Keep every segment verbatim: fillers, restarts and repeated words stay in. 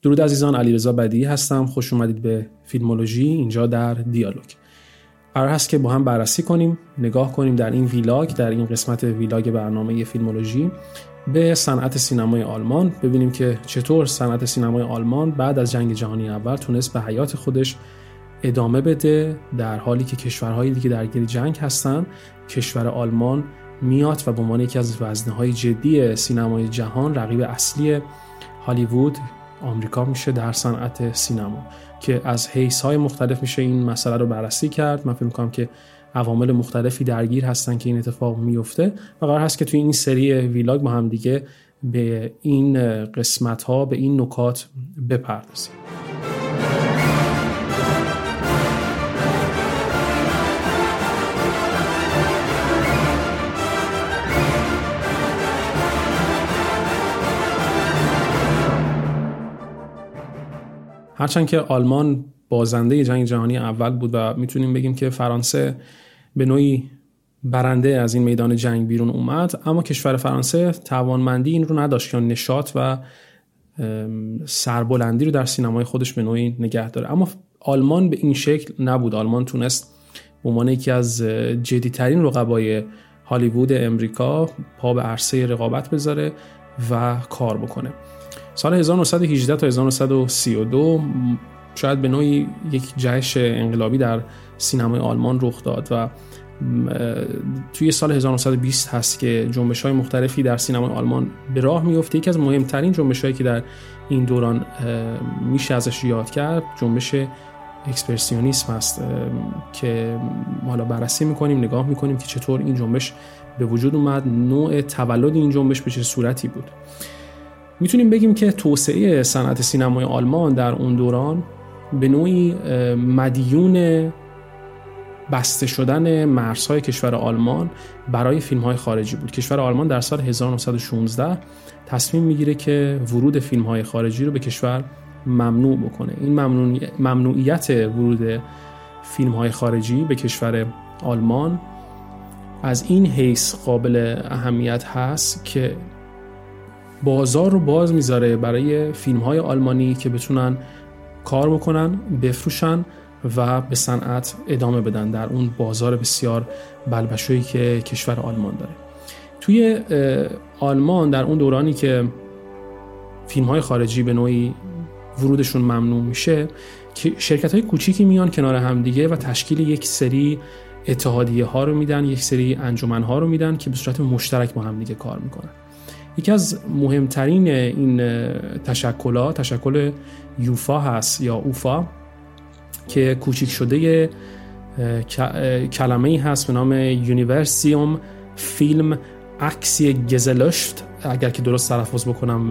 درود عزیزان، علیرضا بدیعی هستم. خوش اومدید به فیلمولوژی، اینجا در دیالوگ. قرار هست که با هم بررسی کنیم، نگاه کنیم در این ویلاگ، در این قسمت ویلاگ برنامه فیلمولوژی به صنعت سینمای آلمان، ببینیم که چطور صنعت سینمای آلمان بعد از جنگ جهانی اول تونست به حیات خودش ادامه بده، در حالی که کشورهای دیگه درگیر جنگ هستن. کشور آلمان میاد و به عنوان یکی از وزنه‌های جدی سینمای جهان رقیب اصلی هالیوود آمریکا میشه در صنعت سینما، که از حیث‌های مختلف میشه این مسئله رو بررسی کرد. من فکر می‌کنم که عوامل مختلفی درگیر هستن که این اتفاق میفته و قرار هست که توی این سری ویلاگ با هم دیگه به این قسمت‌ها، به این نکات بپردازیم. هرچند که آلمان بازنده جنگ جهانی اول بود و میتونیم بگیم که فرانسه به نوعی برنده از این میدان جنگ بیرون اومد، اما کشور فرانسه توانمندی این رو نداشت که نشاط و سربلندی رو در سینمای خودش به نوعی نگه داره. اما آلمان به این شکل نبود. آلمان تونست به عنوان یکی از جدی‌ترین رقبای هالیوود امریکا پا به عرصه رقابت بذاره و کار بکنه. سال هزار و نهصد و هجده تا هزار و نهصد و سی و دو شاید به نوعی یک جهش انقلابی در سینمای آلمان رخ داد و توی سال هزار و نهصد و بیست هست که جنبش‌های مختلفی در سینمای آلمان به راه میفته. یکی از مهمترین جنبش‌هایی که در این دوران میشه ازش یاد کرد جنبش اکسپرسیونیسم است که حالا بررسی می‌کنیم، نگاه می‌کنیم که چطور این جنبش به وجود اومد، نوع تولد این جنبش به چه صورتی بود. میتونیم بگیم که توسعه صنعت سینمای آلمان در اون دوران به نوعی مدیون بسته شدن مرزهای کشور آلمان برای فیلم‌های خارجی بود. کشور آلمان در سال هزار و نهصد و شانزده تصمیم میگیره که ورود فیلم‌های خارجی رو به کشور ممنوع بکنه. این ممنوعیت ورود فیلم‌های خارجی به کشور آلمان از این حیث قابل اهمیت هست که بازار رو باز میذاره برای فیلم‌های آلمانی که بتونن کار بکنن، بفروشن و به صنعت ادامه بدن در اون بازار بسیار بلبشویی که کشور آلمان داره. توی آلمان در اون دورانی که فیلم‌های خارجی به نوعی ورودشون ممنوع میشه، شرکت‌های کوچیکی میان کنار هم دیگه و تشکیل یک سری اتحادیه ها رو میدن، یک سری انجمن ها رو میدن که به صورت مشترک با هم دیگه کار میکنن. یکی از مهمترین این تشکل‌ها تشکل یوفا هست یا اوفا که کوچیک شده کلمه‌ای هست به نام یونیورسیوم فیلم اکسی گزلشت، اگر که درست تلفظ بکنم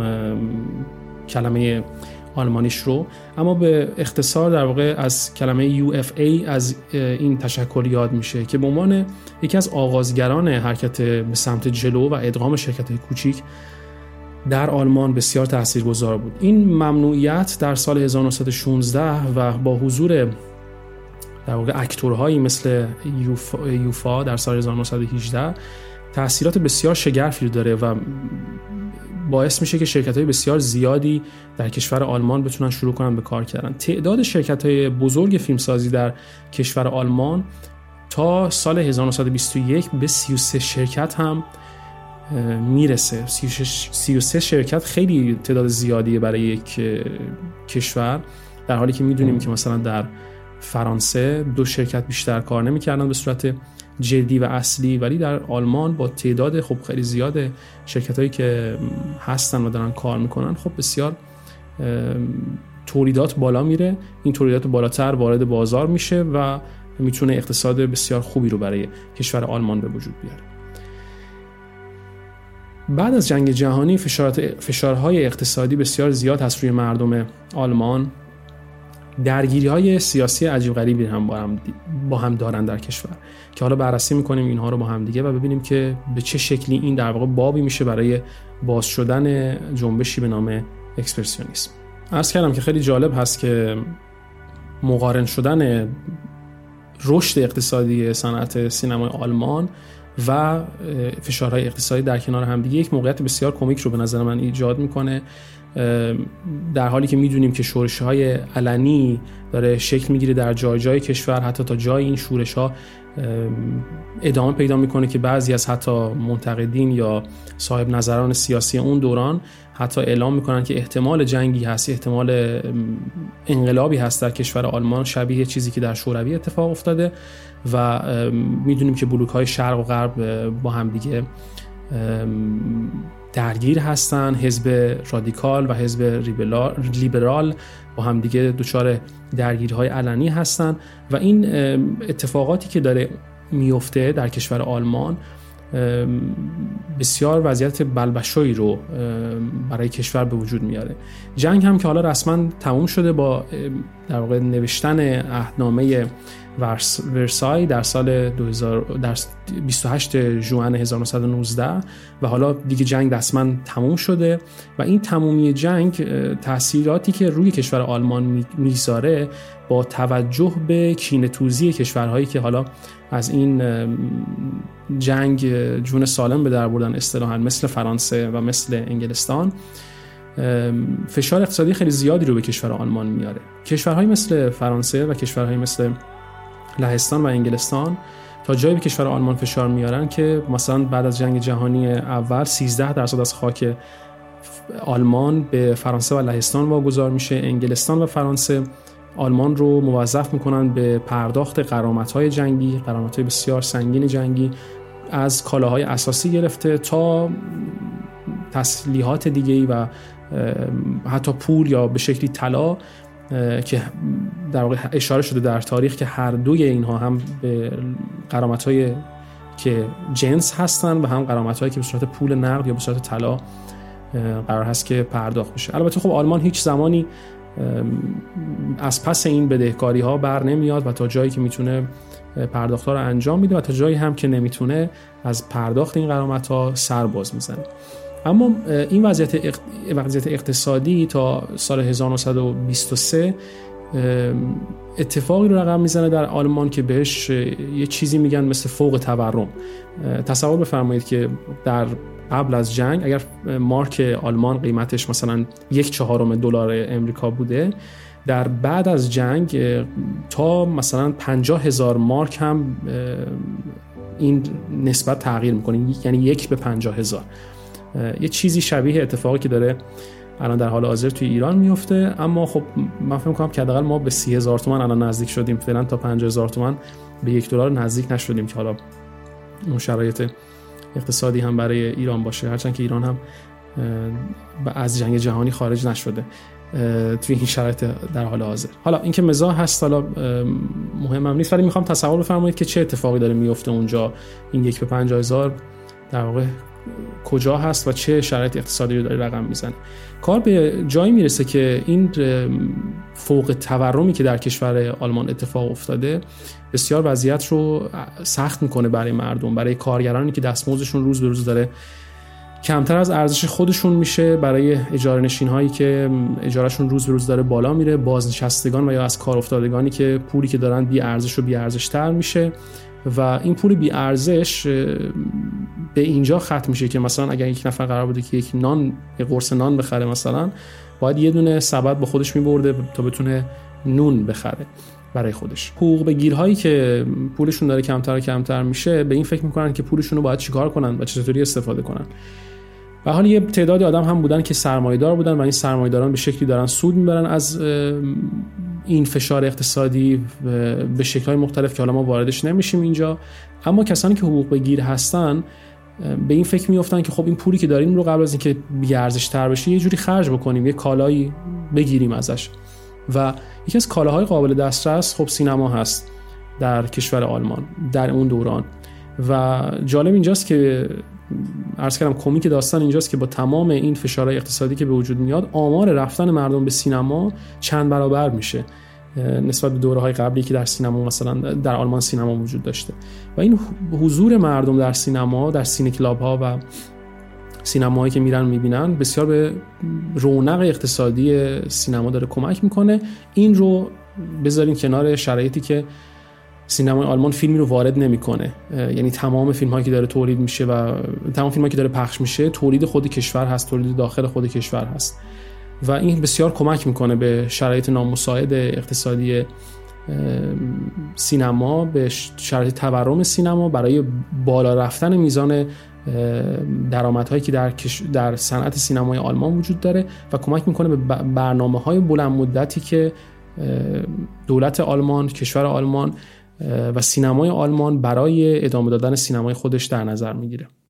کلمه آلمانیش رو، اما به اختصار در واقع از کلمه یو اف ای از این تشکل یاد میشه که به عنوان یکی از آغازگران حرکت به سمت جلو و ادغام شرکت‌های کوچیک در آلمان بسیار تاثیرگذار بود. این ممنوعیت در سال هزار و نهصد و شانزده و با حضور در واقع اکتورهایی مثل یوفا, یوفا در سال هزار و نهصد و هجده تأثیرات بسیار شگرفی داره و باعث میشه که شرکت‌های بسیار زیادی در کشور آلمان بتونن شروع کنن به کار کردن. تعداد شرکت‌های بزرگ فیلمسازی در کشور آلمان تا سال هزار و نهصد و بیست و یک به سی و سه شرکت هم میرسه. سی و سه شرکت خیلی تعداد زیادیه برای یک کشور، در حالی که میدونیم که مثلا در فرانسه دو شرکت بیشتر کار نمی‌کردن به صورت جدی و اصلی، ولی در آلمان با تعداد خب خیلی زیاد شرکتایی که هستن و دارن کار میکنن خب بسیار تولیدات بالا میره. این تولیدات بالاتر وارد بازار میشه و میتونه اقتصاد بسیار خوبی رو برای کشور آلمان به وجود بیاره. بعد از جنگ جهانی فشارهای اقتصادی بسیار زیاد هست روی مردم آلمان. درگیری‌های سیاسی عجیب غریبی هم با هم با هم دارن در کشور که حالا بررسی می‌کنیم اینها رو با هم دیگه و ببینیم که به چه شکلی این در واقع بابی میشه برای باز شدن جنبشی به نام اکسپرسیونیسم. عرض کردم که خیلی جالب هست که مقارن شدن رشد اقتصادی صنعت سینمای آلمان و فشارهای اقتصادی در کنار هم دیگه یک موقعیت بسیار کمیک رو به نظر من ایجاد میکنه در حالی که میدونیم که شورش‌های علنی داره شکل میگیره در جای جای کشور، حتی تا جای این شورش‌ها ادامه پیدا میکنه که بعضی از حتی منتقدین یا صاحب نظران سیاسی اون دوران حتی اعلام میکنن که احتمال جنگی هست، احتمال انقلابی هست در کشور آلمان شبیه چیزی که در شوروی اتفاق افتاده و میدونیم که بلوک‌های شرق و غرب با هم دیگه درگیر هستن. حزب رادیکال و حزب لیبرال با هم دیگه دچار درگیری‌های علنی هستن و این اتفاقاتی که داره میفته در کشور آلمان بسیار وضعیت بلبشویی رو برای کشور به وجود میاره. جنگ هم که حالا رسما تموم شده با در واقع نوشتن عهدنامه ورسای در سال دو هزار در بیست و هشت ژوئن هزار و نهصد و نوزده و حالا دیگه جنگ رسما تموم شده و این تمومی جنگ تأثیراتی که روی کشور آلمان میذاره با توجه به کینه‌توزی کشورهایی که حالا از این جنگ جون سالم به در بردن اصطلاحاً مثل فرانسه و مثل انگلستان فشار اقتصادی خیلی زیادی رو به کشور آلمان میاره. کشورهایی مثل فرانسه و کشورهایی مثل لهستان و انگلستان تا جایی به کشور آلمان فشار میارن که مثلا بعد از جنگ جهانی اول سیزده درصد از خاک آلمان به فرانسه و لهستان واگذار میشه. انگلستان و فرانسه آلمان رو موظف میکنن به پرداخت غرامت‌های جنگی، غرامت‌های بسیار سنگین جنگی از کالاهای اساسی گرفته تا تسلیحات دیگه‌ای و حتی پول یا به شکلی طلا که در واقع اشاره شده در تاریخ که هر دوی اینها هم به غرامت‌های که جنس هستن و هم غرامت‌هایی که به صورت پول نقد یا به صورت طلا قرار هست که پرداخت بشه. البته خب آلمان هیچ زمانی از پس این بدهکاری ها بر نمیاد و تا جایی که میتونه پرداخت ها رو انجام میده و تا جایی هم که نمیتونه از پرداخت این غرامت ها سر باز میزنه. اما این وضعیت وضعیت اقتصادی تا سال هزار و نهصد و بیست و سه اتفاقی رو رقم میزنه در آلمان که بهش یه چیزی میگن مثل فوق تورم. تصور بفرمایید که در قبل از جنگ اگر مارک آلمان قیمتش مثلا یک چهارم دلار امریکا بوده، در بعد از جنگ تا مثلا پنجاه هزار مارک هم این نسبت تغییر میکنه، یعنی یک به پنجاه هزار. یه چیزی شبیه اتفاقی که داره الان در حال حاضر توی ایران میفته. اما خب من فکر می‌کنم که حداقل ما به سی هزار تومان الان نزدیک شدیم، فعلا تا پنجاه هزار تومان به یک دلار نزدیک نشدیم که حالا اون شرایط اقتصادی هم برای ایران باشه، هرچند که ایران هم از جنگ جهانی خارج نشده توی این شرایط در حال حاضر. حالا این که مزاح هست حالا مهم هم نیست، ولی میخوام تصور بفرمایید که چه اتفاقی داره میفته اونجا. این یک به پنجاه هزار در واقع کجا هست و چه شرایط اقتصادی رو داره رقم میزنه. کار به جایی میرسه که این فوق تورمی که در کشور آلمان اتفاق افتاده بسیار وضعیت رو سخت میکنه برای مردم، برای کارگرانی که دستمزدشون روز به روز داره کمتر از ارزش خودشون میشه، برای اجاره نشین هایی که اجارهشون روز به روز داره بالا میره، بازنشستگان و یا از کار افتادگانی که پولی که دارن بی ارزش و بی ارزش تر میشه و این پول بی ارزش به اینجا ختم میشه که مثلا اگر یک نفر قرار بوده که یک نان، یک قرص نان بخره، مثلا باید یه دونه سبد با خودش میبرده تا بتونه نون بخره برای خودش. حقوق بگیرهایی که پولشون داره کمتر و کمتر میشه به این فکر میکنن که پولشون رو باید چیکار کنن و چطوری استفاده کنن. و حالا یه تعدادی آدم هم بودن که سرمایه‌دار بودن و این سرمایه‌داران به شکلی دارن سود میبرن از این فشار اقتصادی به شکل‌های مختلف که حالا ما واردش نمیشیم اینجا. اما کسانی که حقوق بگیر هستن به این فکر میافتن که خب این پولی که داریم رو قبل از اینکه بی ارزش تر بشه یه جوری خرج بکنیم، یه کالایی بگیریم ازش. و یکی از کالاهای قابل دسترس خب سینما هست در کشور آلمان در اون دوران. و جالب اینجاست که عرض کردم کمیک داستان اینجاست که با تمام این فشارهای اقتصادی که به وجود میاد آمار رفتن مردم به سینما چند برابر میشه نسبت به دوره‌های قبلی که در سینما مثلا در آلمان سینما وجود داشته. و این حضور مردم در سینما، در سینه کلاب‌ها و سینماهایی که میرن میبینن بسیار به رونق اقتصادی سینما داره کمک میکنه. این رو بذاریم کنار شرایطی که سینمای آلمان فیلمی رو وارد نمیکنه، یعنی تمام فیلم‌هایی که داره تولید میشه و تمام فیلم‌هایی که داره پخش میشه تولید خود کشور هست، تولید داخل خود کشور هست. و این بسیار کمک میکنه به شرایط نامساعد اقتصادی سینما، به شرایط تورم سینما، برای بالا رفتن میزان درآمدهایی که در در صنعت سینمای آلمان وجود داره و کمک میکنه به برنامه‌های بلند مدتی که دولت آلمان، کشور آلمان و سینمای آلمان برای ادامه دادن سینمای خودش در نظر میگیره.